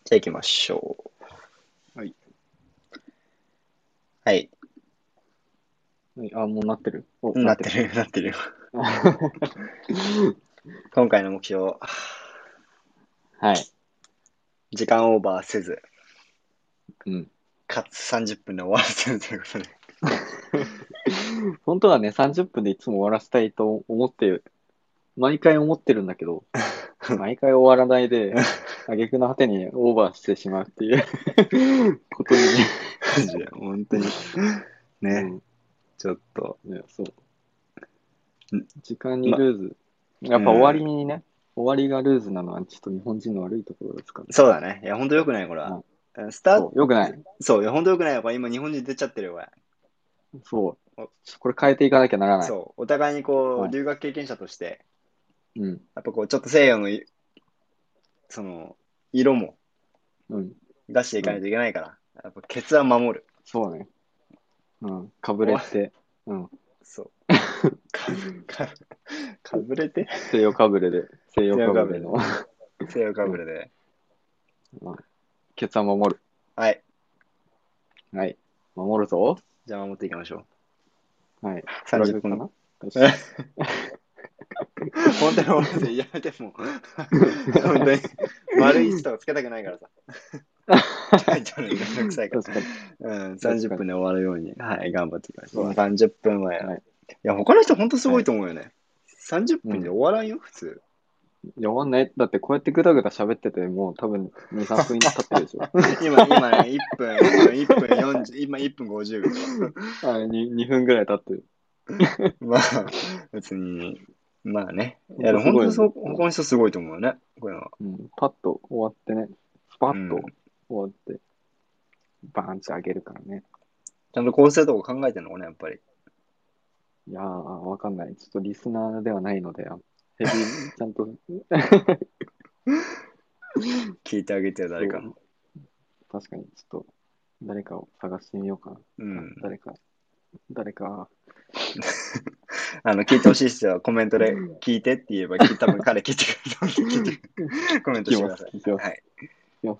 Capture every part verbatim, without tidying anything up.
じゃあ行きましょう。 はい。 はい。 はいあ、もうなってる。お、なってる。 なってる、なってるよ。今回の目標、 はい。 時間オーバーせず、 うん。 かつさんじゅっぷんで終わらせるということで。 本当はね、さんじゅっぷんでいつも終わらせたいと思って、毎回思ってるんだけど、毎回終わらないで、挙句の果てにオーバーしてしまうっていうことにね。 マジで、本当に。ね、 うん。 ちょっと。 ね、そう。 ん時間にま、 ルーズ。やうっぱ終わん。 りにね、終わりがルーズなのはちょっと日本人の悪いところですかそうだね。いや、本当良くない、これは。 ら。 スターそう、よくない。 そう、いや、本当良くないよ。これ今日本人出ちゃってるよ、これ。 そう。 おこれ変えていかなきゃならない。 そう、お互いにこう、 はい。 留学経験者として、 うん。 やっぱこう、ちょっと西洋のい、その、色もうん。 出していうん。 かないといけないから、やっぱケツは守る。 そうね。うん。かぶれお、 て。うん。 そう。か、か、かぶれて西洋かぶれで、西洋西洋かぶれの、 かぶれで。西洋かうん。 ぶれで。 まあ、ケツは守る。 はい。 はい。守るぞ。 じゃあ守っていきましょう。 はい。フラ 30分。 グかなよし。 本当に思ってやめてもう。本当に。丸いちとかつけたくないからさ。タイトルめんどくさいか確かに。 ら。うん、30 確かに。 分で終わるように、はい、頑張っていきましょう。今そうだね。 さんじゅっぷん前。いはい。 や、他の人本当すごいはい。 と思うよね。30 うん。 分で終わらんよ、普通。 いや、わかんない。だってこうやってぐだぐだ喋ってて、もう多分に、さんぷん経ってるでしょ。 今、今ね、いっぷん、今いっぷんよんじゅう、今いっぷんごじゅうびょう。 あ、に、にふんぐらい経ってる。 まあ、別に、まあね。いや、 ほんとでもすごいよね。 本当にそう、他の人すごいと思うよね。こういうのは。 うん。うん。パッと終わってね。スパうん。 ッと終わって、バーンって上げるからね。 ちゃんと構成とか考えてんのかね、やっぱり。 いやー、わかんない。ちょっとリスナーではないので、あヘビー、ちゃんと、 聞いてあげてよ、誰かの。 そう、確かに、ちょっと、誰かを探してみようかな。あ、 うん。 誰か、誰か、 あの、聞いてほしい人はコメントで聞いてって言えば、き多分彼聞いてくれると思うんで聞いてくれる、コメント聞きます、 してください。 聞きます、 はい。 聞きます。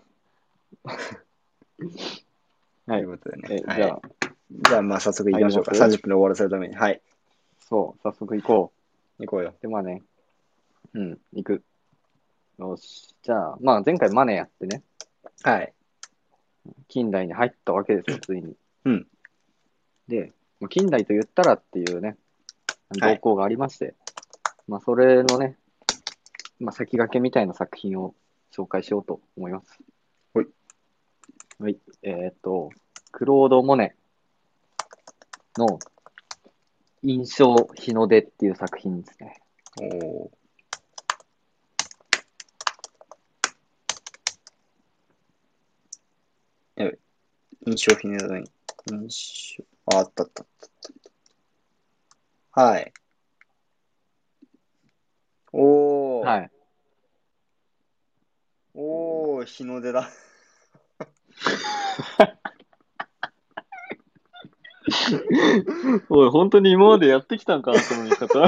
はい。 ということでね。 え、 はい。 じゃあ、 じゃあ、まあ、早速行きましょうか。 入りますさんじゅっぷんで終わらせるために。はい。 そう、早速行こ行こうよ。 う。で、まあね、うん、行く。よし。じゃあ、まあ前回マネーやってね、 はい。 近代に入ったわけですよ、ついに。 うん。 で、まあ近代と言ったらっていうね、 はい。 動向がありまして、まあそれのね、まあ、先駆けみたいな作品を紹介しようと思います。 ほい。 はい。えーっと、クロード・モネの印象日の出っていう作品ですね。 おー。やべ。印象品のに。印象。あ、あったあったあった。はい。おー。 はい。 おー、日の出だ。 おい、本当に今までやってきたんか、その言い方。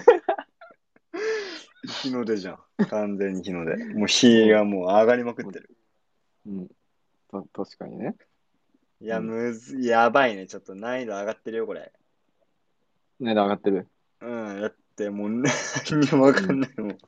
日の出じゃん。完全に日の出。もう日もがもう上がりまくっう、 てる。 うん、た確かにね。 いや、 うん。 むず、やばいね。ちょっと難易度上がってるよ、これ。 値段上がってる。 うん、だってもう何にもわうん。 かんないもん。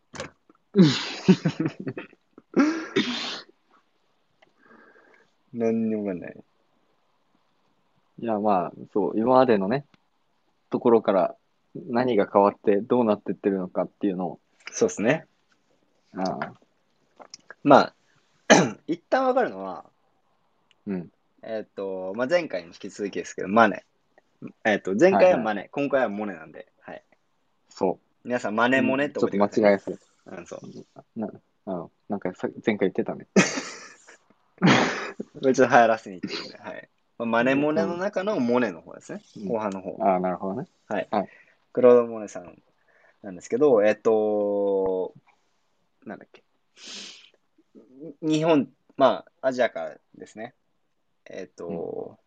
何にもわかんない。 いや、まあ、そう、今までのね、ところから何が変わってどうなってってるのかっていうのを、 そうですね。 ああ、 まあ、一旦わかるのは、 うん。 えっ、と、まあ、前回に引き続きですけど、マネ。えっ、と、前はいはい。 回はマネ、今回はモネなんで、はい。 そ皆さん、マう。 ネモネってんちょっと間覚えてくださいね。 違えやすい。 うん、そう。 な、あの、なんかさ、前回言ってたね。 これちょっと流行らせにいってるんで、はい。まあ、マネモネのうん。 中のモネの方ですね。 うん。 後半の方。 ああ、なるほどね。 はい。 はい。 クロード・モネさんなんですけど、えっ、と、なんだっけ。日本、まあ、アジアからですね。えっ、 うん。 と、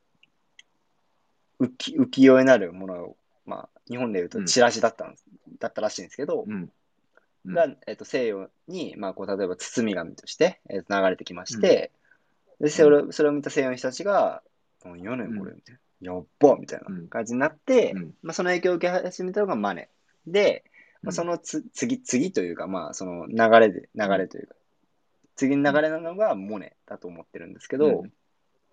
浮き浮世絵なるものを、まあ、日本でいうとうん。 チラシだったんです、だったらしいんですけど、 うん。 うんが、えっと、西洋に、まあ、こう、例えば包み紙として、えっと、流れてきまして、で、それを、それを見た西洋の人たちが、何やねん、これ、みたいな。やっばみたいなうん感じになって、 うんまあ、その影響を受け始めたのがマネ。で、まあ、 うんそのつ次、次というか、まあ、その流れで、流れというか、次の流れなのがモネだと思ってるんですけど、 うん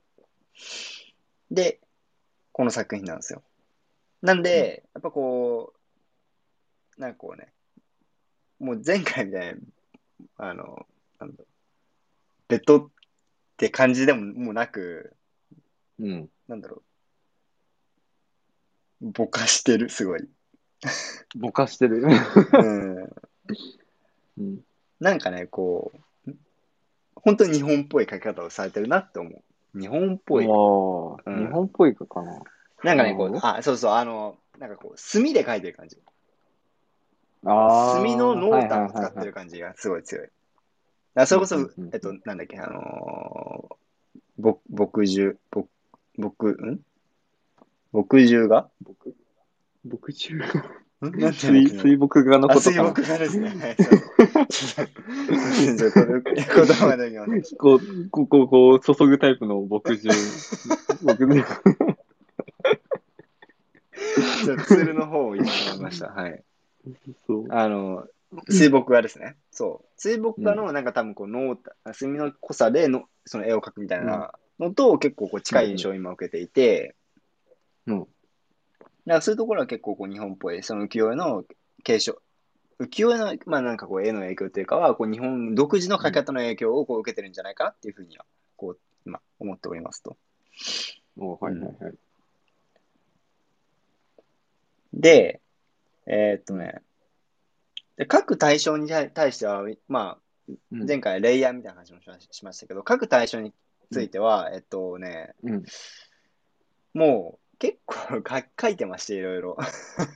で、この作品なんですよ。なんで、やっぱこう、なんかこうね、もう前回みたいな、あの、なんだろう、ベトって感じでももうなく、 うんなんだろう、ぼかしてる、すごい。 ぼかしてる。 うん。 うんなんかね、こう、本当に日本っぽい書き方をされてるなって思う。日本っぽい。 ああ、日うん。 本っぽいかな。 なんかね、こう、 なるほど。 あ、そうそう、あの、なんかこう、墨で書いてる感じ。 ああ、 墨の濃はいはい淡を使ってはいはい。 る感じがすごい強い。あ、それこそ、 うんうんうんえっと、 うん。 なんだっけ、あのー、ぼ、墨汁、ぼ、墨、ん墨汁が僕、僕中んなんていうんだっ水、 けな。 水墨画のあ、 ことかな。 水墨画ですね。はい、すいません。ちょっと、すいません。ちょっと言葉が出てきませんでしこう、こう、こう、こう、注ぐタイプの墨汁。墨汁。 た。ちょっとツールの方を言ってしまいました。はい。 そあの、水墨画ですね。そう。水墨う。うん。 画のなんか多分こう濃淡、墨の濃さでのその絵を描くみたいうん。 なのと結構こううん。 近い印象を今受けていて、 うん。 だからそういうところは結構こう日本っぽい、その浮世絵の継承、浮世絵の、まあなんかこう絵の影響っていうかは、こう日本独自の描きうん。 方の影響をこう受けてるんじゃないかなっていうふうには、こう、今思っておりますと。 おうん。 はいはいはい。 で、えーっうん。 とね、で各対象に対しては、まあ、 うん。 前回レイヤーみたいな話もしましたけど、各対象にうん。 ついては、えっとね、 うん。 もう結構か書いてまして、いろいろ。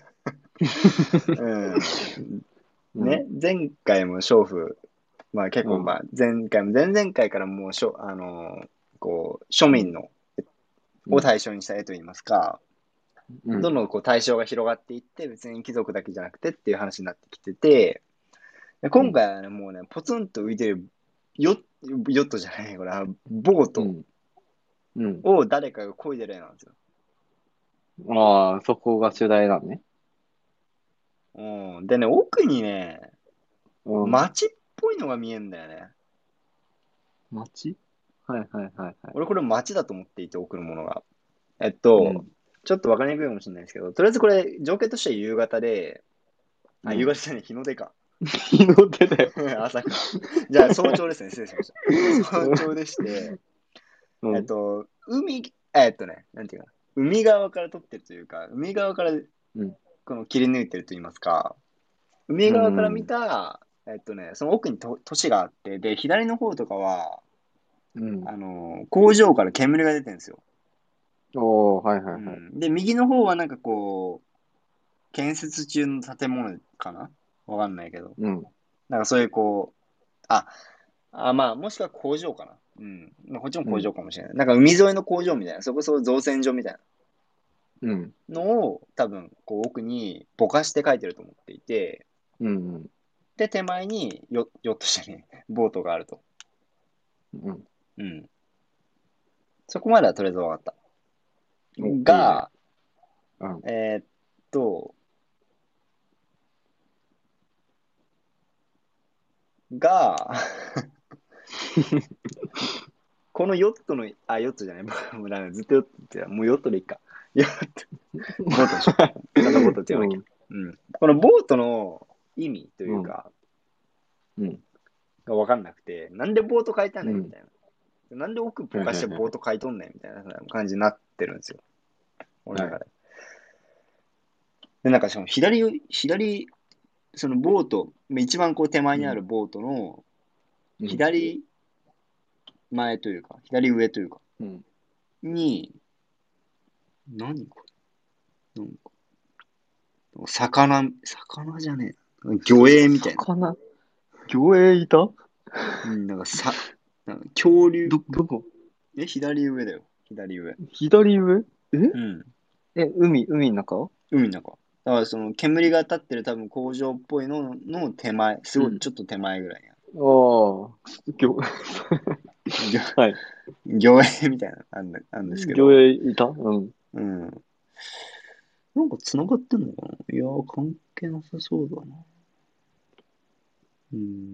うん。 うん。 ね、前回も娼婦、まあ結構、 うん。 まあ前回も前々回からもうしょ、あの、こう、庶うん。 民の、 うん。 を対象にした絵といいますか、 うん。 どんどんこう対象が広がっていって、別に貴族だけじゃなくてっていう話になってきてて、で今回はね、もうね、ポツンと浮いてるヨヨットじゃない、これ、ボートうん。うん。 を誰かが漕いでる絵なんですよ。 ああ、そこが主題だね。 うん。でね、奥にね、 うん。 街っぽいのが見えんだよね。 街はいはいはいはい。 俺これ街だと思っていて、奥のものが。えっと、 うん。 ちょっとわかりにくいかもしれないですけど、とりあえずこれ、条件としては夕方で、あ、夕うん。 方じゃない、日の出か。 日の出だよ。 朝か。じゃあ早朝ですね、失礼しました。早朝でして、 うん。 えっと、海、えっとね、なんていうかな、海側から撮ってるというか、海側からうん。 この切り抜いてると言いますか、海う側から見ん。 た、えっとね、その奥にと都市があって、で、左の方とかは、 うん。 あの、工場から煙が出てるんですよ。 おー、はいはいはい。 うん。で、右の方はなんかこう、建設中の建物かなわかんないけど。 うん。 なんかそういうこう、あ、あ、まあ、もしくは工場かな。うん。まあ、こっちも工うん。 場かもしれない。なんか海沿いの工場みたいな、そこそこ造船所みたいうん。 なのを多分、こう奥にぼかして書いてると思っていて、 うん。 で、手前にヨヨットしてね、ボートがあると。 うん。 うん。そこまではとりあえず分かった。 お、いいね。 が、 うん。 えーっと、が、このヨットの、あ、ヨットじゃない、もうダメずっとヨットって言ってた、もうヨットでいいか。ヨット、ボートでしょ。ちゃんとボートって言わなきゃ。 うん。 うん。このボートの意味というん。 うか、 うん。 が分かんなくて、なんでボート書いたんうん。 ねんみたいな。なんで奥ぼはいかしてはいはい。 ボート書いとんねんみたいな感じになってるんですよ。俺のはい。 中で。で、なんかしかも左、左、そのボート、一番こう手前うん。 にあるボートのうん。 左前というか、左上というか、 うん。 に、何これなんか魚、魚じゃねえな。魚影みたいな。 魚魚影いたうん、なんかさ、なんか恐竜。 ど、どこえ、左上だよ。左上。 左上えうん。 え、海、海の中海の中。 だからその煙が立ってる多分工場っぽいのの手前、すごいうん。 ちょっと手前ぐらいや。 おー、魚、 魚、 はい。 魚影みたいな、あんな、あんですけ魚ど、 影いたうん。 うん。なんか繋がってんのかないやー、関係なさそうだな。うん。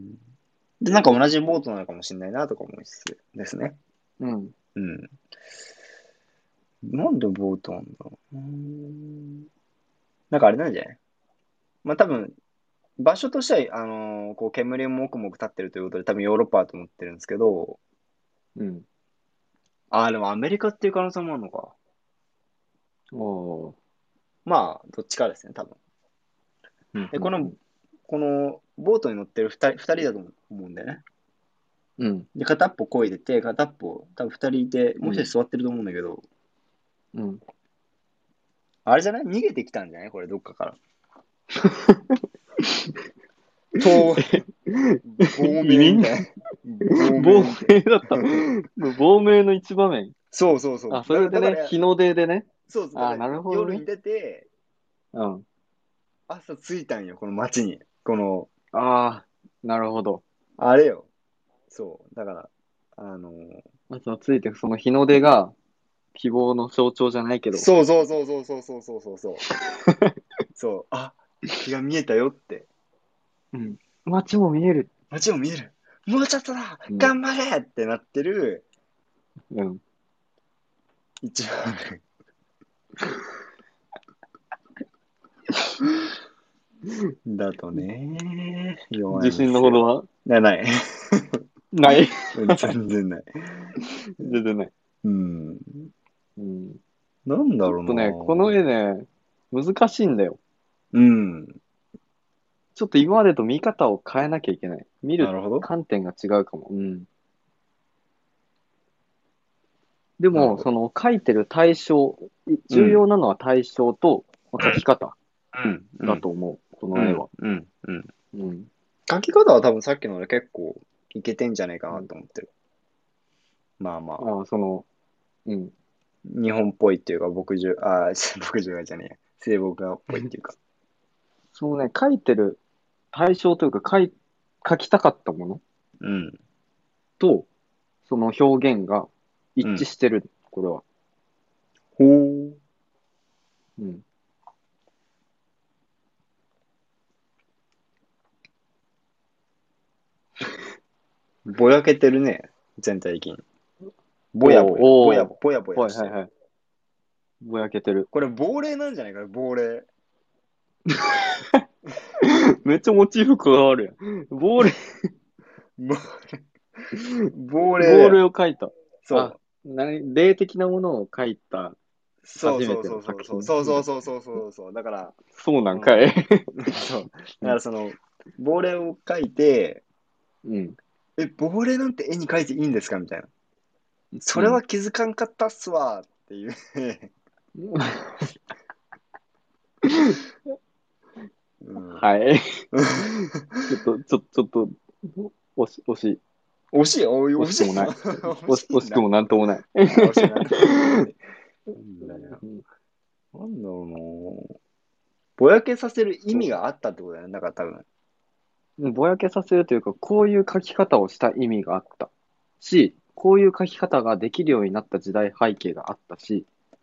で、なんか同じボートなのかもしれないなとか思いつつですね。 うん。 うん。なんでボートなんだろう。うーん。なんかあれなんじゃない？まあ多分、場所としては、あのーこう煙もくもく立ってるということで多分ヨーロッパだと思ってるんですけど、 うん。 ああ、でもアメリカっていう可能性もあるのか。 おー。 まあ、どっちかですね、多分。 うん。 で、 うん。 この、このボートに乗ってる二人、二人だと思うんだよね。 うん。 で、片っぽ漕いでて、片っぽ、多分二人いて、もう一うん。 人座ってると思うんだけど、 うん。 あれじゃない？逃げてきたんじゃないこれ、どっかから。と、亡移民命みたいな。亡亡命みたい命だった。 な。 亡命の一場面。 そうそうそあ、 う。だから、 それでね、 だから、 日の出でね。 そうそう、だかあ、 らなるほどね。 夜に出て、 うん。 朝着いたんよ、この町に。この、 ああ、なるほど。 あれよ。そう。だから、あのーまずはついて、その日の出が希望の象徴じゃないけど。 そうそうそうそうそうそうそうそうそう。そう。あ、日が見えたよって。 うん。街も見える。 街も見える。もうちょっとだうん。 頑張れってなってる、 うん。 一番だとね、弱い自信のんですよ。 ほどはな、ない。 ない。 うん全然ない。 全然ない。 うん。 うん。 なんだろちょっとね、この絵うね、難しいんだよ。 な。うん。 ちょっと今までと見方を変えなきゃいけない。見るなるほど。 観点が違うかも。うん。でも、 なるほど。 その書いてる対象、い重うん。 要なのは対象と、まあ書き方うん。うん。 だと思う。こうん。 の絵は。 うん。うん。 うん。 書き方は多分さっきので結構いけてんじゃねえかなうん。 と思ってる。まあまあ、 ああ、その、うん。 日本っぽいっていうか、牧場、ああ、牧場じゃねえや。西木画っぽいっていうか。 そのね、書いてる対象というか、書い、書きたかったものうん。 と、その表現が一致うん。 してる。これは。 ほう。 うん。 ぼやけてるね。全体的に。ぼやおー、 ぼや。ぼや、 おぼやぼー。 やしてる。 はいはいはい。ぼやけてる。 これ亡霊なんじゃないかな、亡霊。 めっちゃモチーフ加わるやん。亡霊、 ぼ亡霊だ亡霊よ。 を描いた。あ、 そなに、霊的なものを描いたう。そうそう初めてそうそうそう。 の作品。 そうそうそうそうそうそう。だから、 そうなんかい。 この、そう。だうん。 からその、亡霊を描いて、 うん。 え、亡霊なんて絵に描いていいんですかみたいな。そうん。 れは気づかんかったっすわっていううん。 はい。ちょっと、ちょ、ちょっと、惜し、惜しい。 惜しい、おい、惜しいの惜しくもない。 惜惜し、 しいんだ。 惜しくもなんともない。 あ、惜しい、なんともない。なんだよ。 うん。 なんだろうな。ぼやけさせる意味があったってことだよね。だから多分。 ぼやけさせるというか、こういう書き方をした意味があったし、こういう書き方ができるようになった時代背景があったし、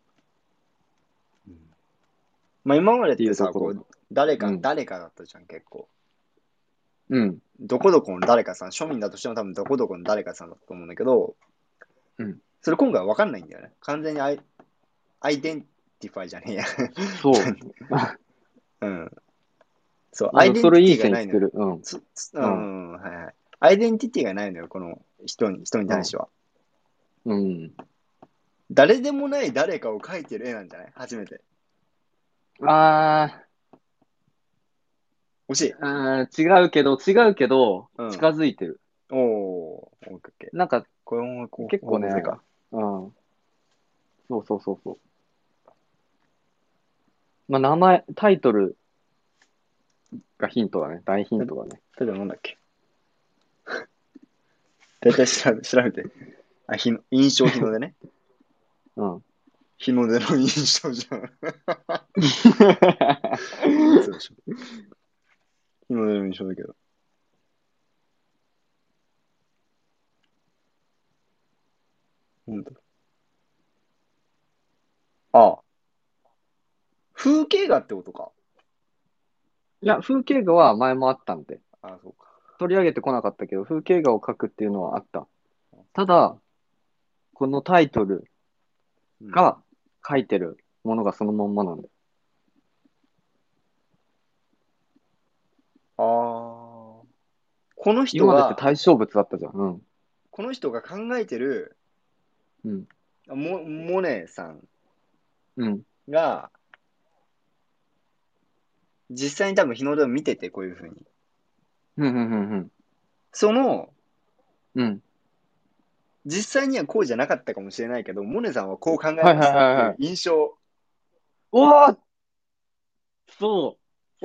まあ今までっっていてさ、 うところが。 こう、誰か、 うん。 誰かだったじゃん、結構。 うん。 どこどこの誰かさん、庶民だとしても多分どこどこの誰かさんだと思うんだけど、 うん。 それ今回は分かんないんだよね。完全にアイ、アイデンティファイじゃねえや。 そう。 うん。そう、アイあ、 デンティそれいいティがないのよ。 線いってる。うん。 つつううん。 ん、はいはい。アイデンティティがないのよ、この人に、人にうん。 対しては。 うん。 誰でもない誰かを描いてる絵なんじゃない初めて。 あ惜しい。 ーあー、違うけど、違うけど、 うん。 近づいてる。 おー、オッケーオッケー。 なんか、 これもこう方結構ね、 向性か。 うん。そうそうそうそう。まあ、名前、タイトルがヒントだね。大ヒントだね。 ただなんだっけ大体調べ、調べて。あ、日の、印象日の出ね。 うん。 日の出の印象じゃん。嘘でしょ。日の出の印象だけど。ほんと。ああ。風景画ってことか。 いや、風景画は前もあったんで、 ああ、そうか。 取り上げてこなかったけど、風景画を描くっていうのはあった。ただ、このタイトルうん、 が書いてるものがそのまんまなんだよ。 ああ。この今までって人が、 対象物だったじゃん。うん。 この人が考えてる、 うん。 モ、モネさんうん。 が、実際に多分日の出を見てて、こういうふうに。 うん。うん。うん。 その、 うん。 実際にはこうじゃなかったかもしれないけど、モネさんはこう考えはいはいましたっていうはいはい。 印象。 うわーそう。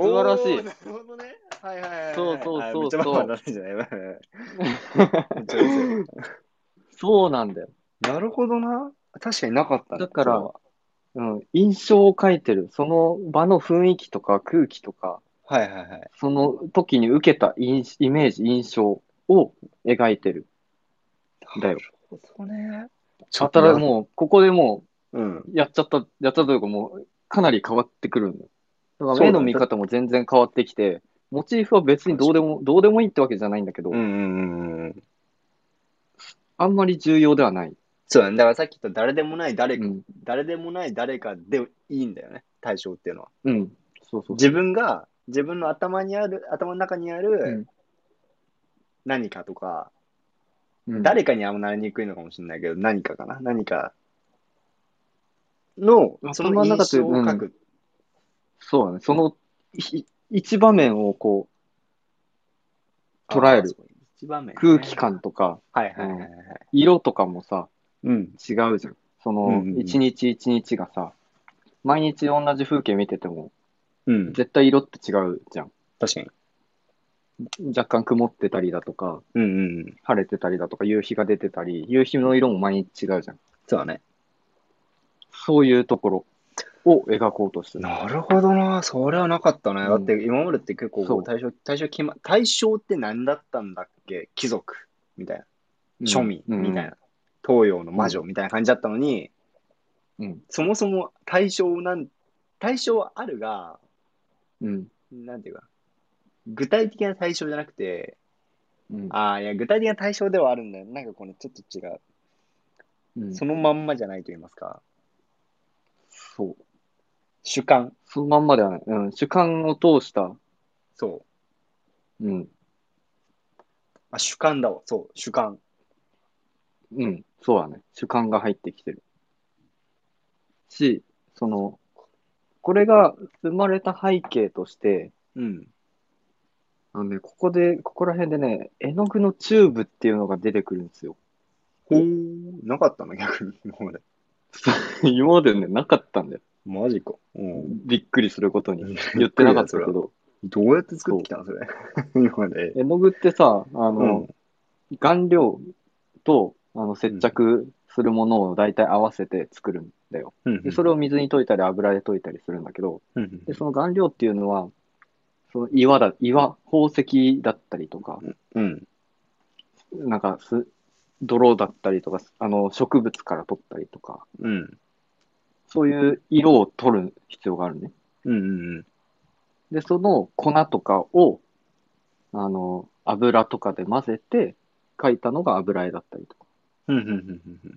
素晴らしおー、 い。 なるほどね。はいはいはいそうはい。あ、めっそうそうちゃバカそだねじゃない。やばいやばいやばいう。 めっちゃ遅い。 そうなんだよ。 なるほどな。確かになかったね、 だから、 それは。 うん、印象を描いてる。その場の雰囲気とか空気とか、 はいはいはい。 その時に受けた印イメージ、印象を描いてる。だよ。 なるほどね。ちょっと新や、 もう、ここでもうん。 う、やっちゃった、やっちゃったというかもう、かなり変わってくるんだよ。だからそうだね。 目の見た、確方も全然変わってきて、モチーフは別にどうでかに。 も、どうでもいいってわけじゃないんだけど、 うんうんうんうん。 あんまり重要ではない。 そうだね。だからさっき言った誰でもない誰、 うん。 誰でもない誰かでいいんだよね。対象っていうのは。 うん。そうそう自そ分が、自分の頭にある、頭の中にあう。うるん。 何かとか、 うん。 誰かにはなりにくいのかもしれないけど、何かかな。何かの、その頭の中という、 印象をうん。 書く。 そうだね。その、い一場面をこう、捉ああ、 える。 そう。一場面空気ね。 感とか、 はいはいはいはい。 うん。色とかもさ、 うん。 違うじゃん。そうんうの、 ん一日一日がさ、毎日同じ風景見てても、 うん。うん。 絶対色って違うじゃん。 確かに。 若干曇ってたりだとか、 うんうんうん。 晴れてたりだとか、夕日が出てたり、夕日の色も毎日違うじゃん。 そうだね。 そういうところを描こうとしてる。 なるほどな。それはなかったね。だっうん。 て今までって結構こうそ対象、対象決ま、対象って何だったんだっけ貴族みたいな。 う。うん。 庶民うん。 みたいな。東洋のうん。 魔女みたいな感じだったのに、 うん。 そもそも対象なん、対象はあるが、 うん。 なんていうか、具体的な対象じゃなくて、 うん。 ああ、いや、具体的な対象ではあるんだよ。なんかこのちょっと違う。 うん。 そのまんまじゃないと言いますか。 そう。 主観。 そのまんまではない。うん。主観を通した、 そう。 うん。 あ、主観だわ。そう、主観。 うん。そうだね。主観が入ってきてる。し、その、これが生まれた背景として、 うん。 あのね、ここで、ここら辺でね、絵の具のチューブっていうのが出てくるんですよ。 ほー、なかったな、逆に。今まで。 今までね、なかったんだよ。 マジか。うん。 びっくりすることに。 びっ言ってなかくりだ、それは。 ったけど、 どうやって作っそう。 てきたの、それ。今まで。 絵の具ってさ、あの、 うん。 顔料と、あの、接うん。 着するものを大体合わせて作るんだよ。 うん。うで、それをん。 水に溶いたり油で溶いたりするんだけど、 うん。 で、その顔料っていうのは、その岩だ、岩、宝石だったりとか、 うん。 なんかす、泥だったりとか、あの、植物から取ったりとか、 うん。 そういう色を取る必要があるね。 うん。うん。 で、その粉とかを、あの、油とかで混ぜて描いたのが油絵だったりとかうん。うん。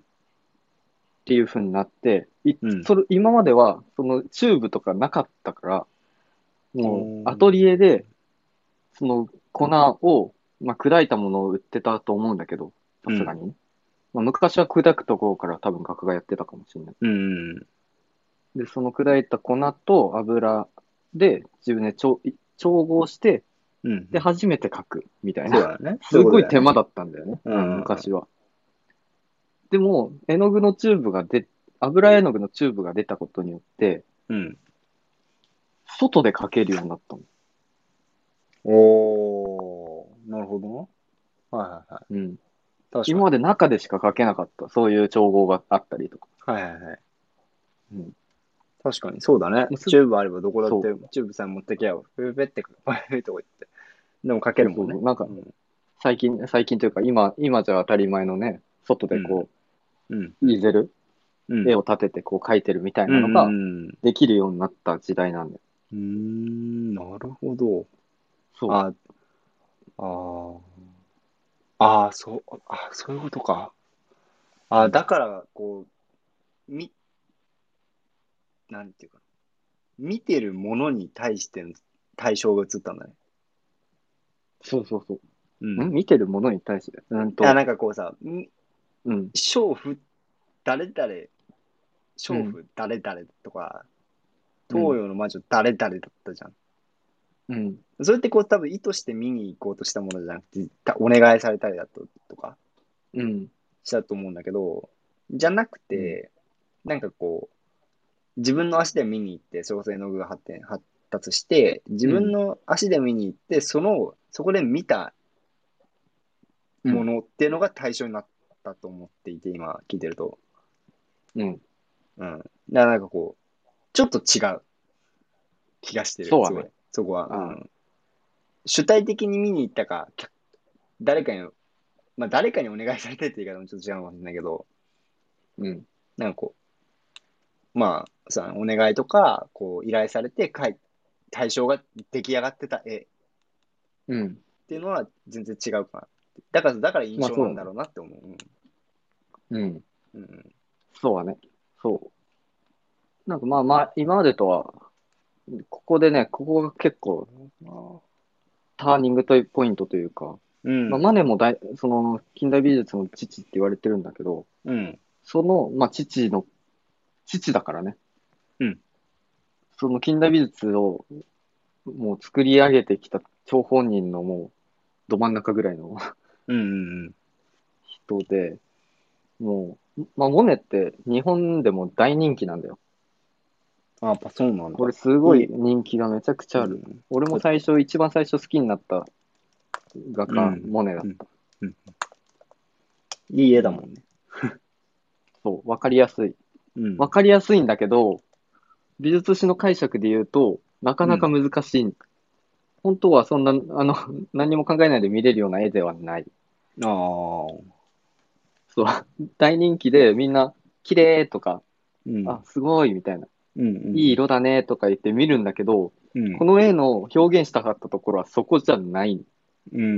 っていう風になって、いうん。 それ、今までは、そのチューブとかなかったから、 おもうアトリエー。 で、その粉を、まあ、砕いたものを売ってたと思うんだけど、さうん。 すがにね。まあ、昔は砕くところから多分画家がやってたかもしれない。 うん。 で、その砕いた粉と油で自分で調調合して、 うん。うで、 ん。 初めて描くみたいな。 そうだね。そういうすことだよね。 ごい手間だったんだよね。 ううん、 ん。 昔は。でも、絵の具のチューブが出、油絵の具のチューブが出たことによって、 うん。 外で描けるようになったの。 おー。なるほどな。はいはいはい。 うん。 確かに。 今まで中でしか描けなかった。そういう調合があったりとか。 はいはいはい。 うん。 確かに、そうだね。 もうすチューブあればどこだっそて、チューブさん持ってきゃ、ふーぺって、パイとこ行って。でもかけそうるもんね。 そうそう。なんか、 うん。 最近、最近というか、今、今じゃ当たり前のね、外でこうん。 う、イーゼル、 うん。 絵を立ててこう描いてるみたいうん。 なのが、 うん。 できるようになった時代なんだよ。 うーん、なるほど。 そあ、あーあー、そう、あ、そういうことか。 う。うあ、 ん。 だから、こう、み、なんていうか、見てるものに対しての対象が映ったんだね。 そうそうそう。んうん。 見てるものに対して、うんあ、 と、 なんかこうさ、んうん、 娼婦、誰々、 うん、 娼婦、誰々とか、 うん、 東洋の魔女、誰々だったじゃん。 うん、 それってこう多分意図して見に行こうとしたものじゃなくて、たお願いされたりだととかうん、 したと思うんだけど、じゃなくうん、 て、なんかこう、自分の足で見に行って、小生の具が発展、発達して、自分うん、 の足で見に行って、その、そこで見たうん、 ものっていうのが対象になったと思っていて、今聞いてると。 うん。 うん。だからなんかこう、ちょっと違う気がしてる、 そうだね。 すごい。そこは。うああ、 ん。主体的に見に行ったか、誰かに、まあ誰かにお願いされてって言い方もちょっと違うかもしれないけど、 うん、 なんかこう、まあ、さ、お願いとか、こう、依頼されて、描い対象が出来上がってた絵っうん。 ていうのは全然違うかな。だから、だから印象なんだまあそうだね。 ろうなって思う。 うん。 うん。うん。 そうだね。そう。なんかまあまあ、今までとは、ここでね、ここが結構、ターニングポイントというか、まあ、 うん。 マネも大その近代美術の父って言われてるんだけど、 うん。 その、まあ、父の、父だからね、 うん。 その近代美術をもう作り上げてきた張本人のもうど真ん中ぐらいのうん。うん。 人で、もう、まあ、モネって日本でも大人気なんだよ。 あ、やっぱそうなんだ。 これすごいいい。 人気がめちゃくちゃある。 うん。 俺もだ最初、一番最初好きになった画家、 うん。 モネだっうん。 た。 うん。いい絵うん。 だもんね。 そう、わかりやすい。 うん。 わかりやすいんだけど、美術史の解釈で言うと、なかなかうん。 難しい。本当はそんな、あの、何も考えないで見れるような絵ではない。 ああ。 そう、大人気でみんな、綺麗とか、あ、 うん。 すごいみたいな、 うん。ういいん。 色だねとか言って見るんだけど、 うん。 この絵の表現したかったところはそこじゃない。 うん。うん。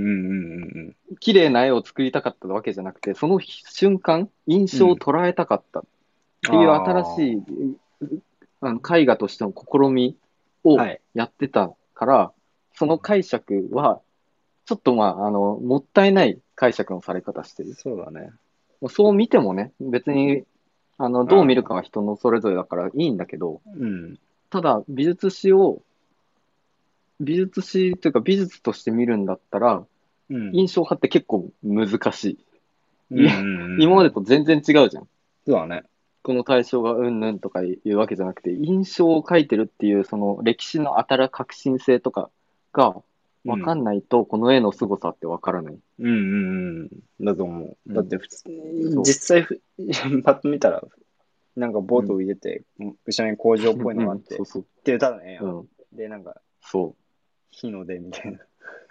うん。 綺麗な絵を作りたかったわけじゃなくて、その瞬間、印象をうん。 捉えたかったっあていう新しいあ。 あの絵画としての試みをはい。 やってたから、その解釈は、ちょっとまあ、あの、もったいない解釈のされ方してる。 そうだね。 もうそう見てもね、別に、あの、どう見るかああ。 は人のそれぞれだからいいんだけど、 うん。 ただ、美術史を、美術史というか美術として見るんだったら、 うん。 印象派って結構難しうん。 い。いうん。 今までうん。 と全然違うじゃん。 そうだね。 この対象がうんぬんとかいうわけじゃなくて、印象を描いてるっていう、その歴史の新革新性とかが分かうん。 んないと、この絵の凄さって分からない。 うん。うん。うんだと思う。だっうん。 て普通に、 そ実際ふ、パッと見たら、なんかボう。うん。 ート浮いてて、後ろに工場っぽいのうん。 があって、 そうそう。 っていうただの絵やん。 うん。 で、なんか、 そ火の出みたいな。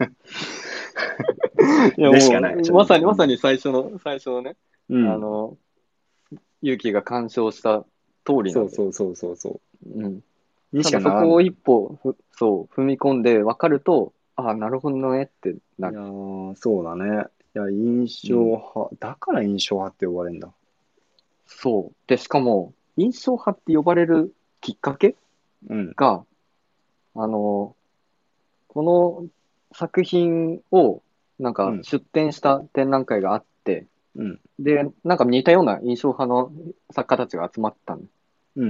う。いやもでしかない。 う、 正直。 まさに、 うん。 まさに最初の、最初のね、 うん。 あの、勇気が鑑賞した通りなんだよ。 そうそうそうそうそうん。 う。にしただかならんもん。 そこを一歩、ふそう、踏み込んで分かると、ああ、なるほどねってなる。 いやー、そうだね。いや、印象うん。 派。だから印象派って呼ばれるんだ。 そう。で、しかも、印象派って呼ばれるきっかけうん。 が、あの、この作品をなんかうん。 出展した展覧会があって、 うん。 で、なんか似たような印象派の作家たちが集まったの。 うん。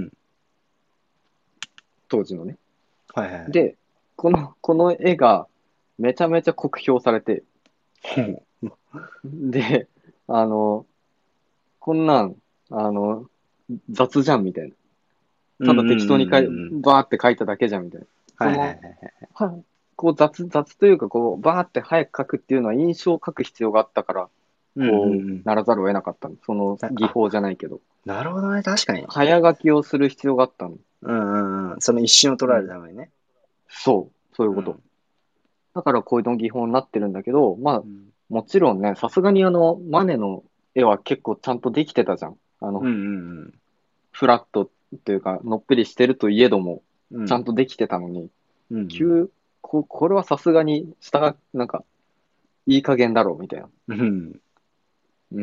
当時のね。 はいはいはい。 で、この、この絵がめちゃめちゃ酷評されて、 ほう。 で、あの、こんなん、あの、雑じゃんみたいな。ただうんうん適当にかい、 うんうんうん。 バーって書いただけじゃんみたいな。その、 はいはいはいはい。 はこう雑、雑というかこう、バーって早く書くっていうのは印象を書く必要があったから、 うんうんこう、 うん。 ならざるを得なかったの。そのなあ、 技法じゃないけど。 なるほどね。確かに。 早書きをする必要があったの。 うんうんうん。その一瞬を捉えるうん。 ためにね。 そう。そういうこと。 うん。 だからこういうの技法になってるんだけど、まあ、 うん。 もちろんね、さすがにあの、マネの絵は結構ちゃんとできてたじゃん。あの、 うんうんフラットっていうか、のっぺりしてるといえども、 うん。 ちゃんとできてたのに、 うんうん急、こ、これはさすがに下が、なんか、いい加減だろう、みたいな。 うん。うん。 うん。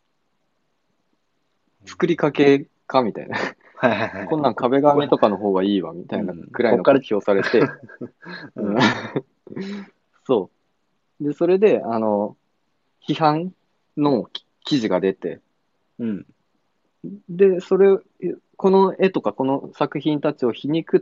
作りかけか、みたいな。 はいはいはい。 こんなんこ、こ、 壁紙とかの方がいいわ、みたいなうん。 くらいこっから、 の酷評されて、うん。 うん。 そう。で、それで、あの、批判の記事が出て、 うん。 で、それ、この絵とかこの作品たちを皮肉って、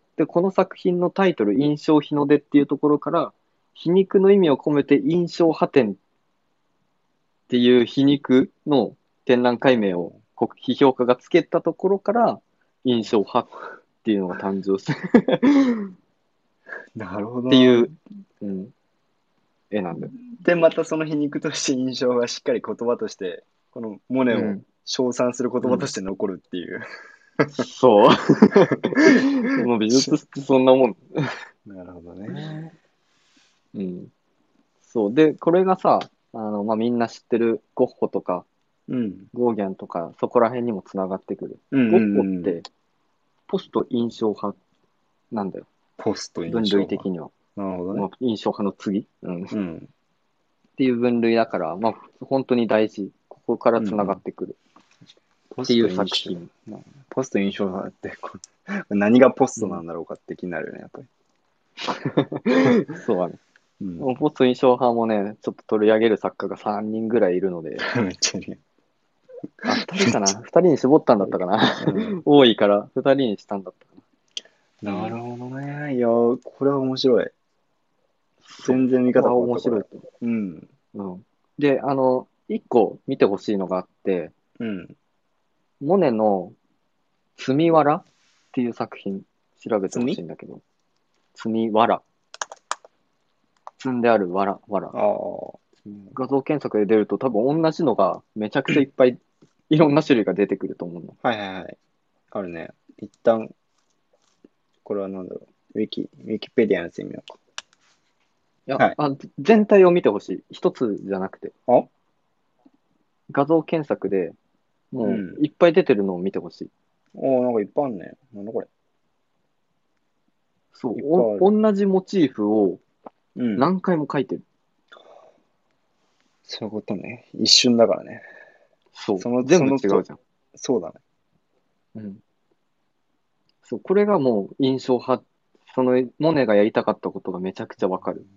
で、この作品のタイトル、印象日の出っていうところから、皮肉の意味を込めて印象派展っていう皮肉の展覧会名を国批評家がつけたところから、印象派っていうのが誕生するっなるほどな。 ていう、うん、絵なんだよ。 で、またその皮肉として印象がしっかり言葉として、このモネをうん、 称賛する言うん。 葉として残るっていう。 そう。もう美術しってそんなもん。 なるほどね。 うん。そう。で、これがさ、あの、まあ、みんな知ってるゴッホとか、 うん。 ゴーギャンとか、そこら辺にもつながってくる。 うんゴッホっうんうん。 て、ポスト印象派なんだよ。 ポスト印分象派。 類的には。 なるほどね。 まあ、印象派の次、うん。っうん。 ていう分類だから、まあ、本当に大事。ここからつながうんうん。 ってくる。 ポスっていうト印象。 作品。 まあポスト印象派ってこれ何がポスうん。 トなんだろうかって気になるよね、やっぱり。 そうだね。 うん。 ポスト印象派もね、ちょっと取り上げる作家がさんにんぐらいいるので、 めっちゃね。 あ、ふたりめっちかな？ ふたり に絞ったんだったかな？ ゃ。うん。 多いからふたりにしたんだったかな。うん。 なるほどね。いや、これは面白い。 そう。 全然見方ここは変わった、これ。 面白いとうん。 思う。うん。で、あの、一個見てほしいのがあって、 うん。 モネの積みわらっていう作品、調べてほしい罪んだけど、積みわら。積んであるわら、わら。 ああ。 画像検索で出ると多分同じのがめちゃくちゃいっぱいいろんな種類が出てくると思うの。 はいはいはい。あるね。一旦、これは何だろう。ウィキ、ウィキペディアのやつ見よういや、 か。はい。 あ、全体を見てほしい。一つじゃなくて、 あ画像検索でもうん。 ういっぱい出てるのを見てほしい。 おー、なんかいっぱいあるね。なんだこれ。 そう、 いっぱいある。 お、同じモチーフをうん。 何回も描いてる。 そういうことね。一瞬だからね。 そう、 その、 全そのと、 部違うじゃん。 そうだね。 うん。そう、これがもう印象派、そのモネがやりたかったことがめちゃくちゃわかる。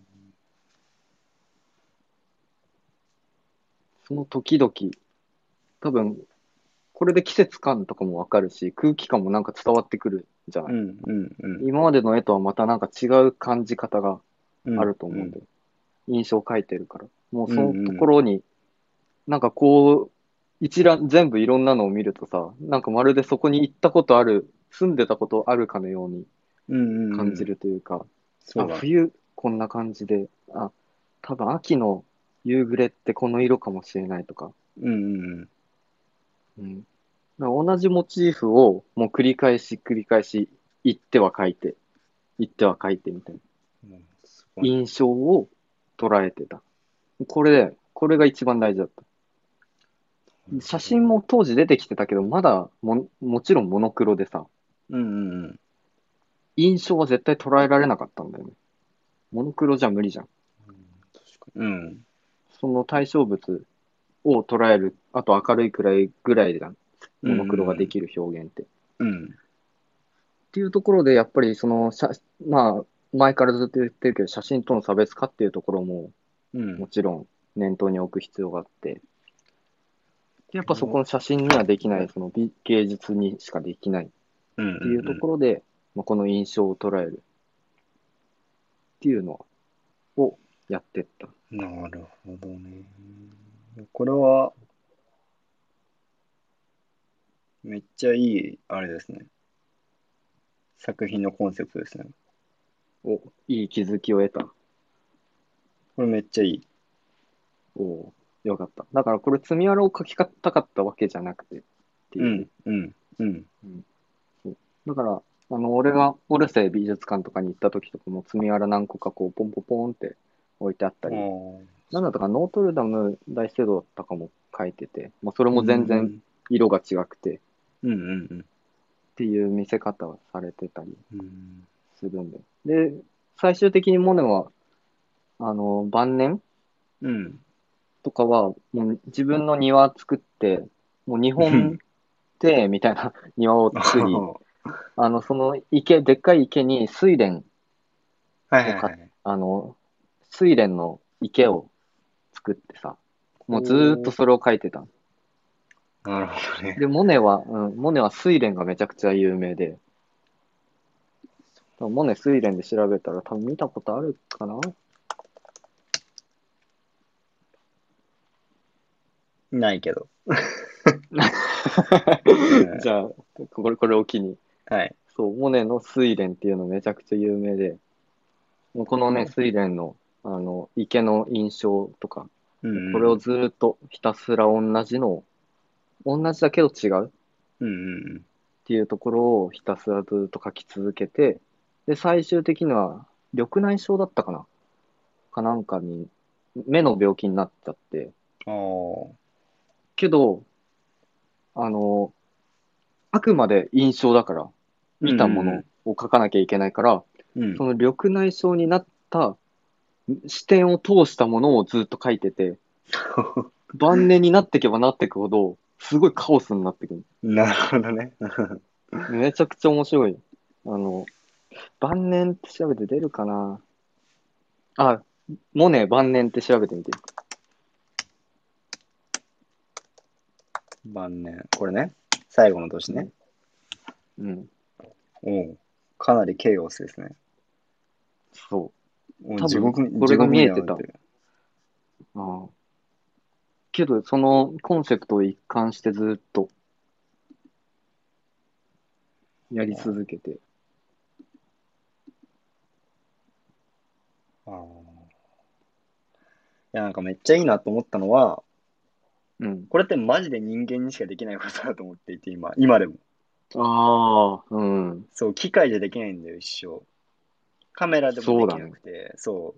その時々、多分、これで季節感とかもわかるし、空気感もなんか伝わってくるじゃない。 うん、うん、うん。 今までの絵とはまたなんか違う感じ方がうん、 あるとうん。 思うんで、印象を描いてるから。もううん、 そのとうん。 ころに、なんかこう、一覧、全部いろんなのを見るとさ、なんかまるでそこに行ったことある、住んでたことあるかのようにうん、うん、 感じうん。 るというか、あ、 そうだね。 冬こんな感じで、あ、多分秋の夕暮れってこの色かもしれないとか、 うん、うん、うん。 うん。だから同じモチーフをもう繰り返し繰り返し言っては書いて、言っては書いてみたいなうんすごいね。 印象を捉えてた。これ、これが一番大事だった。 なるほどね。 写真も当時出てきてたけど、まだも、もちろんモノクロでさ、 うん、うん、うん。 印象は絶対捉えられなかったんだよね。モノクロじゃ無理じゃん。 確かに。うん。 その対象物を捉える、あと明るいくらいぐらいじゃん。 うん、 モノクロがうん。 できる表現って。っうん。 ていうところで、やっぱりその、写まあ、前からずっと言ってるけど、写真との差別化っていうところも、 うん。 もちろん念頭に置く必要があって、でやっぱそここれは、 の写真にはできない、その美芸術にしかできないっうん、うていうとん、 ころで、まあ、この印象を捉えるっていうのをやってった。 うん。なるほどね。これは、めっちゃいい、あれですね。作品のコンセプトですね。 お、いい気づきを得た。 これめっちゃいい。 およかった。だからこれ、積みわらを描きたかったわけじゃなくてっていうね。 うん、うん、うん。 うんそうだから、あの、俺がオルセイ美術館とかに行った時とかも積みわら何個かこう、ポンポンポンって置いてあったり、 おー、 なんだったかノートルダム大聖堂だったかも書いてて、まあ、それうも全然ん、 色が違くてっうん、うん、うん。 ていう見せ方をされてたりうん、 するんで。で、最終的にモネは、あの、晩年うん。 とかは、もう自分の庭作って、もう日本庭園みたいな庭を作り、あの、その池、でっかい池に睡蓮をか、 はいはいはい。 あの、睡蓮の池を作ってさ、もうずーっとおー、 それを描いてた。 なるほどね。 で、モネは、うん、モネは睡蓮がめちゃくちゃ有名で、モネ睡蓮で調べたら多分見たことあるかな。 ないけど。うん。 じゃあ、これ、これを機に。 はい。 そう、モネの睡蓮っていうのめちゃくちゃ有名で、もうこのね、睡蓮の、あの、池の印象とか、 うんもうこれをずーっとひたすら同じのを、同じだけど違うっうんうん。 ていうところをひたすらずーっと描き続けて、で、最終的には、緑内障だったかなかなんかに、目の病気になっちゃって、 うん。ああ。 けど、あの、あくまで印象だから、 うん見たもうんのを描かなきゃいけないから、 うん。うん。 その緑内障になった視点を通したものをずっと描いてて、晩年になっていけばなっていくほど、すごいカオスになってくる。 なるほどね。 めちゃくちゃ面白い。あの、晩年って調べて出るかなあ、モネ晩年って調べてみて。 晩年。これね。最後の年ね。 うん。うん。 おう。かなりケイオスですね。 そう。 もう多分、 地獄み、 これが地獄み見えてた。 たいになってる。 ああ。けど、そのコンセプトを一貫してずっとやり続けて。 ああ。いや、なんかめっちゃいいなと思ったのは、 うん。 これってマジで人間にしかできないことだと思っていて、今、今でも。 ああ、うん。 そう、機械でできないんだよ、一生。カメラでもできなそうだね。 くて、そう。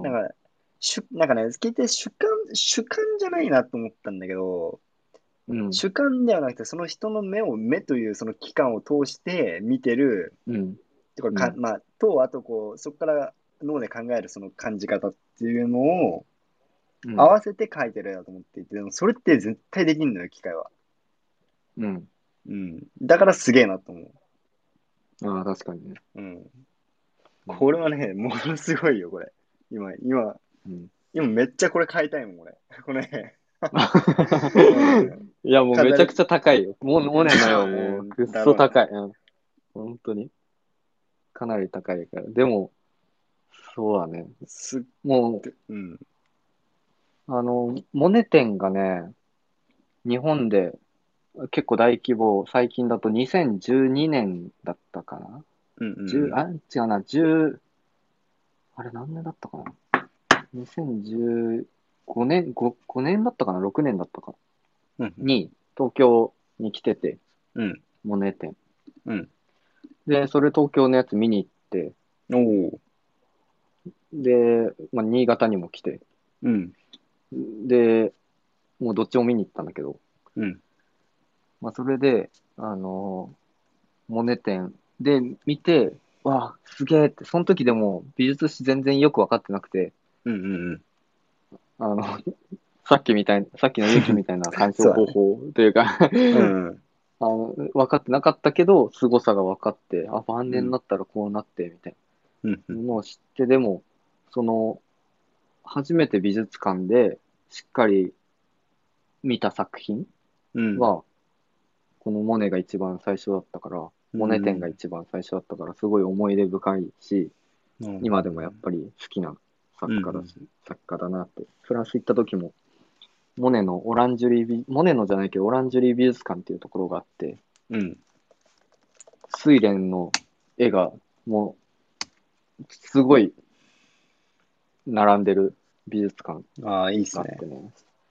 なうん。 んか、しゅ、なんかね、聞いて主観、主観じゃないなと思ったんだけど、 うん。 主観ではなくて、その人の目を、目というその器官を通して見てる、 うん。 とか、か、 うん。 まあ、と、あとこう、そこから脳で考えるその感じ方っていうのをうん。 合わせて書いてるなと思っていて、でもそれって絶対できんのよ、機械は。 うん。 うん。だからすげえなと思ああ、確かにね。 う。うん。 うん。 これはね、ものすごいよ、これ。今、今、 うん。 今めっちゃこれ買いたいもん、これ。これね。うん。 いや、もうめ飾り、 ちゃくちゃ高いよ。モモネの絵はもう、 うんくっだろうね。 そ高い。うん。本当に。かなり高いから。でも、そうだね。 すっもて、うん。 う、あの、モネ展がね、日本で結構大規模、最近だとにせんじゅうにねんだったかなうんう ?じゅう、 んあ、違うな、じゅう、あれ何年だったかな ?にせんじゅうごねん、ご、ごねんだったかな ?ろく 年だったかうん。 に、東京に来てて、 うん。 モネ展。 うん。 で、それ東京のやつ見に行って、 おお。 で、まあ、新潟にも来て、 うん。 で、もうどっちも見に行ったんだけど、 うん。 まあ、それで、あのモネ展で見て、わあ、すげえって、その時でも美術史全然よくわかってなくて、 うんうんうん。 あの、さっきみたい、さっきのユキみたいな鑑賞そうだね。 方法というかうん。 あの、分かってなかったけど、凄さが分かって、あ、晩うん。 年になったらこうなって、みたいうん。うん。 なものを知って、でも、その、初めて美術館でしっかり見た作品うん。 は、このモネが一番最初だったから、 うモネ展がん。 一番最初だったから、すごい思い出深いし、 なるほ今でもやっどね。 ぱり好きなうん。 作家だし、作家だなって。フランス行った時も、モネのオランジュリー美、モネのじゃないけど、オランジュリー美術館っていうところがあって、 うん。 睡蓮の絵がもう、すごい並んでる美術館ああ、いいっすね。 があってね。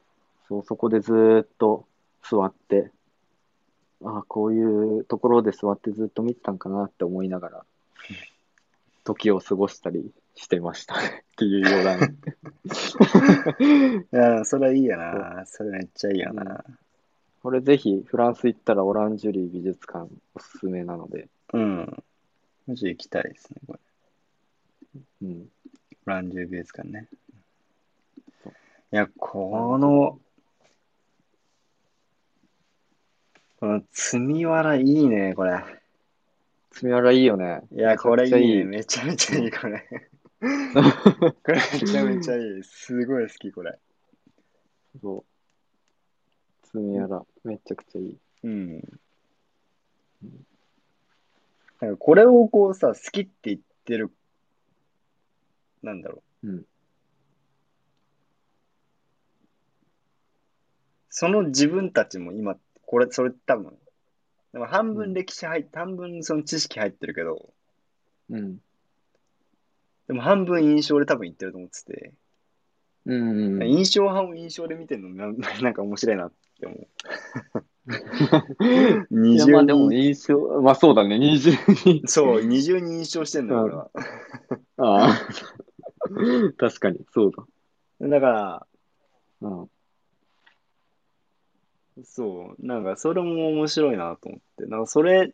そう、そこでずーっと座って、ああ、こういうところで座ってずっと見てたんかなって思いながら、時を過ごしたりしてましたっていう余談。 いや、それはいいよそうな。それめっちゃいいようん、 な。 これぜひフランス行ったらオランジュリー美術館おすすめなので、 うん。マジ行きたいですね、これ。 うん、 オランジュ美術館ね。 そういや、 オランジュリー。 この、この積みわらいいね、これ。 積み原いいよね。 いや、 めちゃこれいいね。 くちゃいい。 めちゃめちゃいい、 うん。 これ。これめちゃめちゃいい。すごい好き、これ。 そう、積み原、めちゃくちゃいい。 うん。なんかこれをこうさ、好きって言ってる、なんだろう。 うん。 その自分たちも今、これ、それ多分、でも半分うん。 歴史入って、半分その知識入ってるけど、 うん。 でも半分印象で多分言ってると思ってて、 うん。うん。 印象派を印象で見てるのな、なんか面白いなって思う。 いや、 二重まあでもに、 印象、まあそうだね、二重に。 そう、二重に印象してんのよ、これうん。 は。 ああ、確かに、そうだ。 だから、 うん。 そう、なんかそれも面白いなと思って、なんかそれ、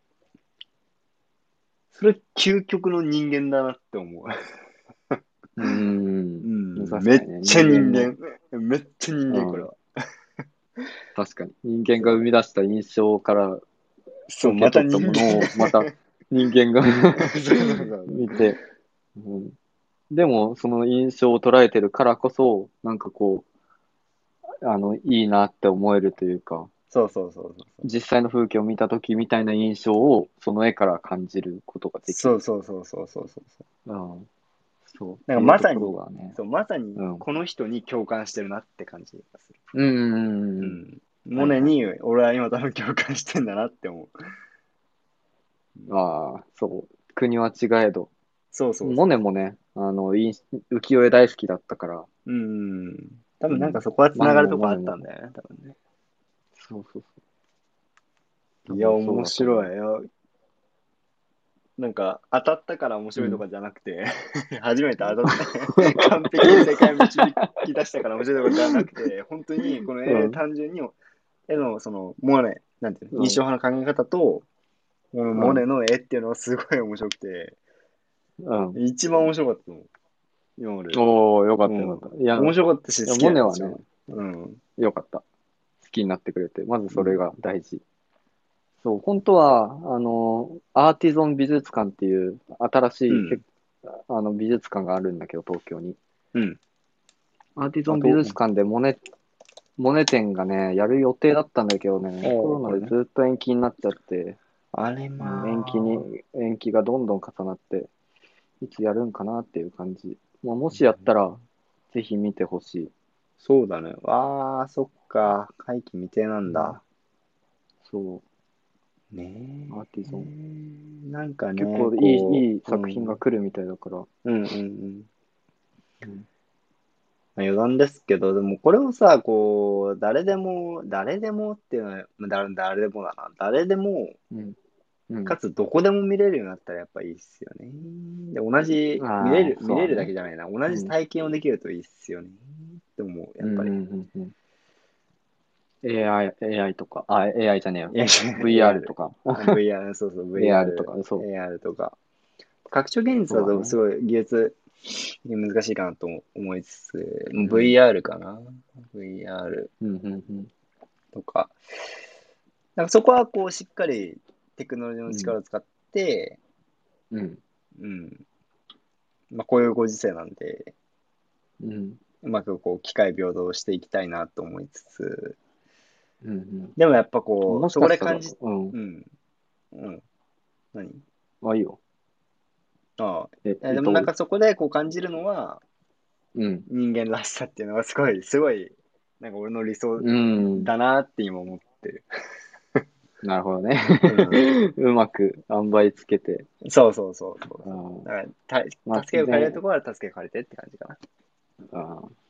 それ究極の人間だなって思う。 うーん。 うん、めっ確かにね、 ちゃ人間の、 人間。めっちゃ人間、これうん。 は。 確かに。人間がそう、 生み出した印象からそう、 受けまた取ったもの人間。 を、また人間がそうそうそうそう。 見て、うん、でも、その印象を捉えてるからこそ、なんかこう、あの、いいなって思えるというか、 そうそうそうそう。 実際の風景を見たときみたいな印象を、その絵から感じることができそうる。 そうそうそうそうそうそう。 うん、そうっなんかていうところまさに、 がね。 そう、まさにうん。 この人に共感してるなって感じがする。 うんうんうんうん。 うん。モネにはいはいはい。 俺は今多分共感してんだなって思う。 ああ、そう。国は違えど。 そうそうモそうそう。 ネもね、あの、い浮世絵大好きだったから、 うん。多分なんかうん。 そこはマネ繋がるとこあっもモネも、 たんだよね、多分ね。 そうそうそう。多いや、 分そう面だと思白い。いや、なんか当たったから面う。うん。 白いとかじゃなくて初めて当たった完璧に正解を導き出したから面白いとかじゃなくて、本当にこの絵うん。 単純に絵のそのモネ、なんていうの、 うん。 印象派の考え方と、このうん。 モネの絵っていうのがすごい面白くて、 うん。 一番面白かったと思う。今まで。 おー、よかっうん。 たよかった。いや、 面白かったし、 いや好きだよ、 モネはね、 一番。うん。 よかった。好きになってくれて。まずそれうん。 が大事。そう、本当は、あの、アーティゾン美術館っていう新しい、けうん。 あの美術館があるんだけど、東京に。 うん。 アーティゾあと、 ン美術館でモネ、モネ展がね、やる予定だったんだけどね、コおー、 ロナでこれね。 ずっと延期になっちゃって、 あれもう延期に、 まあ。 延期がどんどん重なって、いつやるんかなっていう感じ。まあ、もしやったら、ぜひ見てほしい。 そうだね。ああ、そっか。会期未定なんうん、 だ。 そねう、アーティゾン。 え。なんかね、 結構いい、 こいいう、う作品がん。 来るみたいだから。 うんうんうん。 うん、 まあ、余談ですけど、でもこれをさ、こう、誰でも、誰でもっていうのは、まあ誰誰でもだな。誰でも、 うん、うん。 かつどこでも見れるようになったらやっぱいいっすよね。で、同じ、見れああ、 る、見れるだそうだね。 けじゃないな。同じうん、 体験をできるといいっすよね。でも、やうん、 っぱり。 うん、うん。うん エーアイ、エーアイ とか、あ、エーアイ じゃねえよ。 いや、 ブイアール とエーアール。 か。 ブイアール、そうそう、 エーアール とブイアール、 か、そう、 エーアール とか。拡張現実だそうだね。 とすごい技術難しいかなと思いつつ、 うん、 ブイアール かな ブイアールうん、うん、うん。 とか。なんかそこはこうしっかりテクノロジーのうん、 力を使って、 うん、 うん。まあこういうご時世なんで、 うん、 うまくこう機会平等していきたいなと思いつつ、 うん。 でもやっぱこう、 もしそこかしたら、 で感じ、 うん、 うん、うん、何あ、いいよ。 あえ、 あ、 えっと、 でもなんかそこでこう感じるのは、 うん、 人間らしさっていうのがすごい、すごい、なんか俺の理想うん、 だなって今思ってる。 なるほどね。 うん。 うまく塩梅つけて、 そうそうそうそうそう。 あー、 だから、た、 まあ、 助けを借りるね、 ところは助けを借りてって感じかな。 あー、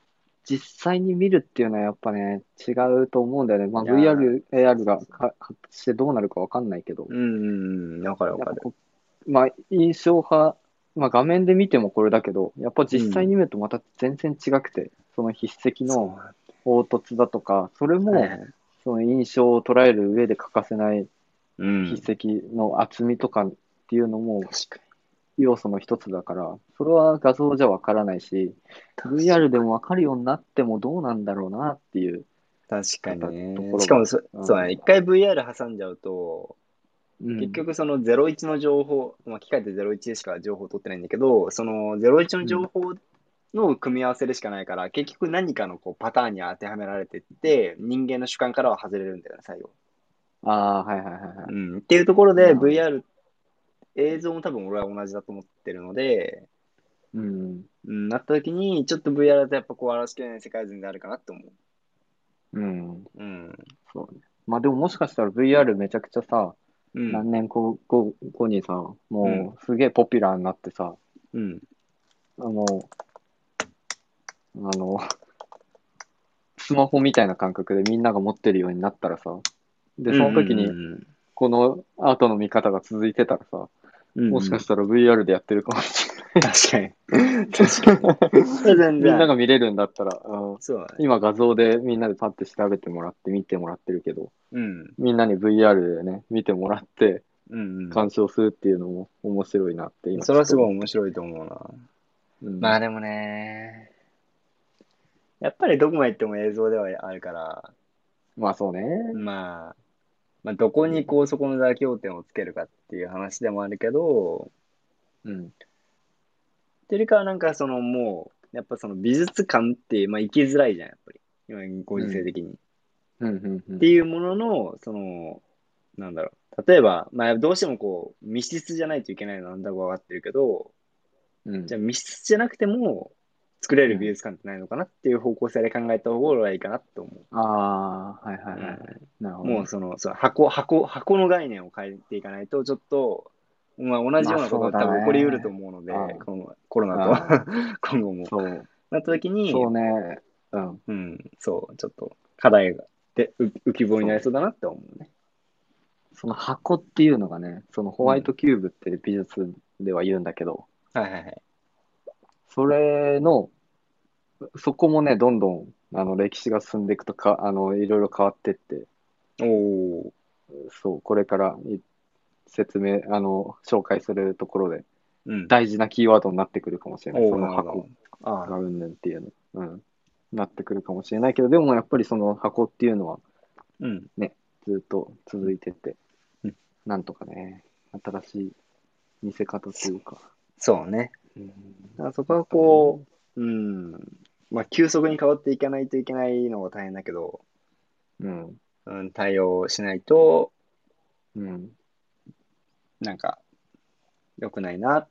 実際に見るっていうのはやっぱね、違うと思うんだよね。まあ、 いやーブイアール、エーアール がそうそうそか発達してどうなるかわかんないけど、 う。うんうんうん。わかるわかる。 やっぱこう、まあ、印象派、まあ、画面で見てもこれだけど、やっぱ実際うん。 に見るとまた全然違くて、その筆跡のそう。 凹凸だとか、それも、 はいはい。 その印象を捉える上で欠かせないうん。 筆跡の厚みとかっていうのも確か要素の一つだから、それは画像じゃわからないし、 に。 ブイアール でもわかるようになってもどうなんだろうなっていう確かに方とこね。しろが、 かもそ、 うん、 そうだね。一回 ブイアール 挟んじゃうと、結うん、 局そのゼロイチの情報、まあ、機械ってゼロイチでしか情報を取ってないんだけど、そのゼロイチのうん。 情報の組み合わせでしかないから、結局何かのこうパターンに当てはめられていって、人間の主観からは外れるんだよね、最後。 ああ、はいはいはいはうん。っていうところい。 でなるほど。 ブイアール、映像も多分俺は同じだと思ってるので、 うん、 うん、なった時に、ちょっと ブイアール だとやっぱこう表しきれない世界図になるかなって思う。 うん、 うん。 そうね。まあでももしかしたら ブイアール めちゃくちゃさ、 うん。 何年後後後にさ、 うん。 もうすげえポピュラーになってさ、 うん。 あの、あの、スマホみたいな感覚でみんなが持ってるようになったらさ、で、 うん。 その時にうん。 このアートの見方が続いてたらさ、 うん。うん。 もしかしたら ブイアール でやってるかもしれない。 確かに。確かに。それ全みん然ある。 なが見れるんだったら、うん、 そうだね。 今画像でみんなでパッて調べてもらって見てもらってるけど、 うん。 みんなに ブイアール でね、見てもらってうん鑑賞するっていうのも面白いなってうん。 今ちょっそれはすごいと思った。 面白いと思うな。 うん。 まあでもね、やっぱりどこまで行っても映像ではあるから、 まあそうね。 まあ、まあどこにこうそこの妥協点をつけるかっていう話でもあるけど、 うん。 っていうよりかはなんかそのもう、やっぱその美術館ってまあ行きづらいじゃん、やっぱり。今、ご時世うん。 的に。っうん。うん。うん。 ていうものの、その、なんだろう。例えば、まあどうしてもこう、密室じゃないといけないのはなんだか分かってるけど、 うん。 じゃあ密室じゃなくても作れうん。 る美術館ってないのかなっていう方向性で考えた方がいいかなって思ああ、はいはいう。うはいはい。 ん。 なるほどね。 もうその、その箱、箱、箱の概念を変えていかないと、ちょっと、まあ同じまあようなことそうだが多分起こりうるとね。 思うので、 あこのコロナとあ、ああ、 今後も。 そう。 なった時に、 そうね。うん。 うん、そう、ちょっと課題が、で、う浮き彫りにそう。 なりそうだなって思うね。 その箱っていうのがね、そのホうん。 ワイトキューブって美術では言うんだけど、 はいはいはい。 それの、そこもね、どんどん、あの、歴史が進んでいくとか、あの、いろいろ変わってって、 おお、 そう、これからい説明、あの、紹介するところで、 うん。 大事なキーワードになってくるかもしれない。 おお、 その箱なるほど。ああ、 がうんぬんっていうの。うん。なってくるかもしれないけど、でもやっぱりその箱っていうのはうん。 ね、ずっと続いてて、 うん。 なんとかね、新しい見せ方というか、 そうね。 うん、 だからそこはやったらいいね。 こう、うん、まあ、急速に変わっていかないといけないのが大変だけど、 うん。 うん、対応しないと、 うん。 なんか、良くないなって。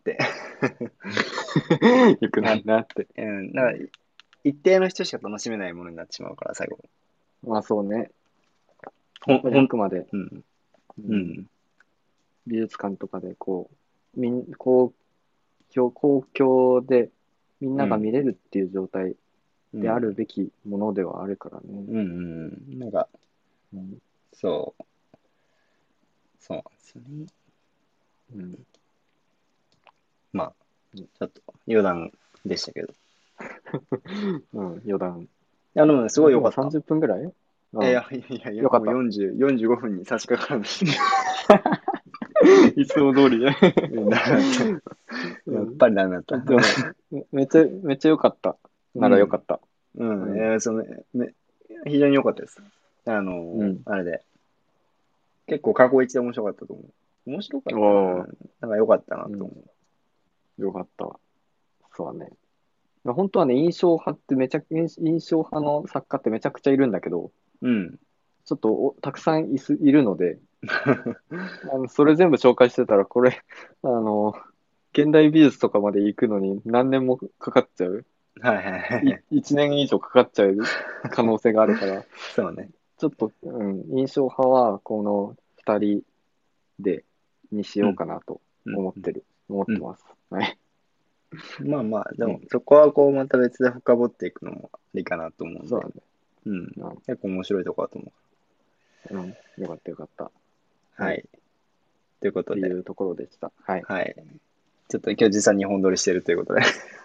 よくなな、 いなって。 うん、 うん、 なんか一定の人しか楽しめないものになってしまうから、最後。 まあそうね。やほん、 っぱりほん、 あくまで、 うん、 うん、 うん、 美術館とかでこう、みん、公共、公共でみんながうん、 見れるっていう状態であうん、 るべきものではあるからね。 うん、うん、なんか、 うん。 そう、そうなんですよね。 うん。 まあ、ちょっと余談でしたけど。 うん、余談。 いや、でもね、すごあ、でもい良かった。 さんじゅっぷんぐらい。うん。 えいや、いやいや、もうよかった。 よんじゅう、よんじゅうごふんに差し掛かるんですけど。 いつも通りね。 うんダメだった。やっうん。 ぱりダメだった。 でも、めめっちゃ、めっちゃ良かった。なら良かうん。 った。 うん。 うん。 えーその、ね、非常に良かったです。あのうん。 あれで。結構過去一で面白かったと思う。面白かったな。 おー。 なんか良かったなうん。 と思よかったわ。そうだね。本当はね、印象派ってめちゃ、印印象派の作家ってめちゃくちゃいるんだけど、 う。うん。 ちょっとおたくさんいす、いるので、あの、それ全部紹介してたら、これ、あの、現代美術とかまで行くのに何年もかかっちゃう。 はいはいはい、 い。 一年以上かかっちゃう可能性があるから、 そうね。 ちょっと、うん、印象派はこの二人で、にしよううん。 かなとうん。うん。 思ってる、思っうん。 てます。はい。 まあまあ、でもう、 そこはこう、また別で深掘っていくのもいいかなと思うんで。 そうだね。 うん。 うん結構面白いとこだと思うん。よかったよかった。っう。はい。ということで、 ていうところでした。はい。 はい。ちょっと今日実は日本撮りしてるということで。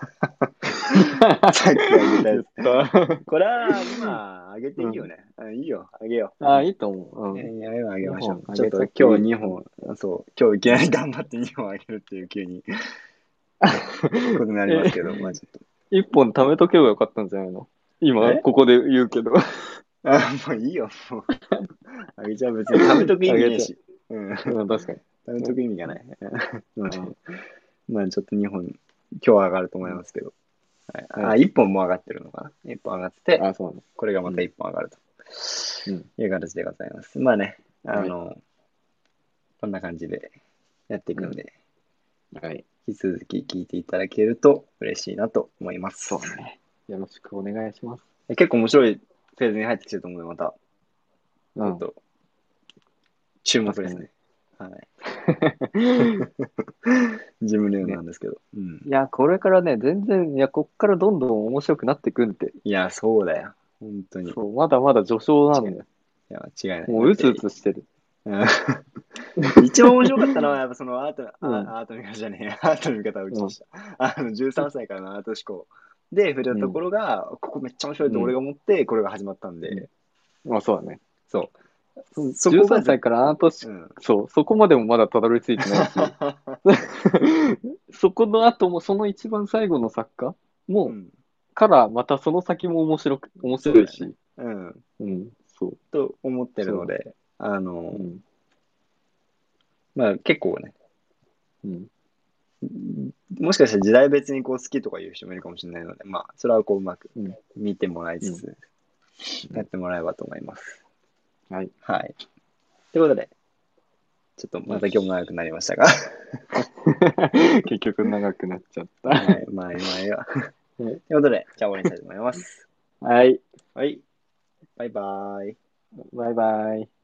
さっきあげたやつ。 言った。 これは、まあ、あげていいようん。 ね。うん、いいよ。あげよああ、いいと思う。 う。 うん。 えやめよう、あげましょ 2 う。ちょっと本あげちゃっていい。 今日にほん、そう、今日いきなり頑張ってにほんあげるっていう急にことになりますえ、 けど、まあちょっと。 いっぽん貯めとけばよかったんじゃないの？今、 えここで言うけど。 あ、もういいよ、もう。あげちゃう、別に貯めとく意あげちゃ味ねえし。うん。 う。うん、確かに。 貯めとく意味がない。うん、 うんまあちょっとにほん、今日は上がると思いますけど。はい、あ、 はい。 いっぽんも上がってるのかな。いっぽん上がってて、 あ、そうね。 これがまたいっぽん上がるとうん。 いう形でございます。まあね、あはい。 の、こんな感じでやっていくうん。 んで、 はい。 引き続き聞いていただけると嬉しいなと思います。 そうね。よろしくお願いします。 結構面白いフェーズに入ってきてると思うので、また、 うん。 ちょっと注目確かに。 ですね。はい。自分で言うのなね。 んですけど。うん。 いや、これからね、全然、いや、こっからどんどん面白くなってくんって。 いや、そうだよ。本当に。 そう、まだまだ序章なんだよ。 いや、違いない。 もううつうだって、 つしてる。 うん、一番面白かったのは、やっぱそのアート、 うん。 アアートの見方じゃねえや、アートの見方はうちうん。 でした。あの、じゅうさんさいからのアート思考で触れたとこうん。 ろが、ここめっちゃ面白いうん。 と俺が思って、これが始まったんうん。 で、 まあ、そうだね。 そう。そ、そこ 13 がぜ、 歳からアートし、 うん。 そう、そこまでもまだたどり着いてないし、そこの後も、その一番最後の作家も、 うん。 からまたその先も面白く、面そうだよね。 白いし、 うん。 うん、そう、 と思ってるのそで、あの、 う、うん、 まあ結構ね、 うん、 もしかしたら時代別にこう好きとかいう人もいるかもしれないので、まあ、それはこううまくうん、 見てもらいうん、 つつ、 うん。 やってもらえばと思います。 はい。 はい。ということで、ちょっとまよた今日も長し。 くなりましたが、 結局長くなっちゃった。 はい。まあ、今は。 はい。 ということで、じゃあ終わりにしたいと思います。 はい。 はい。バイバーイ。 バイバイ。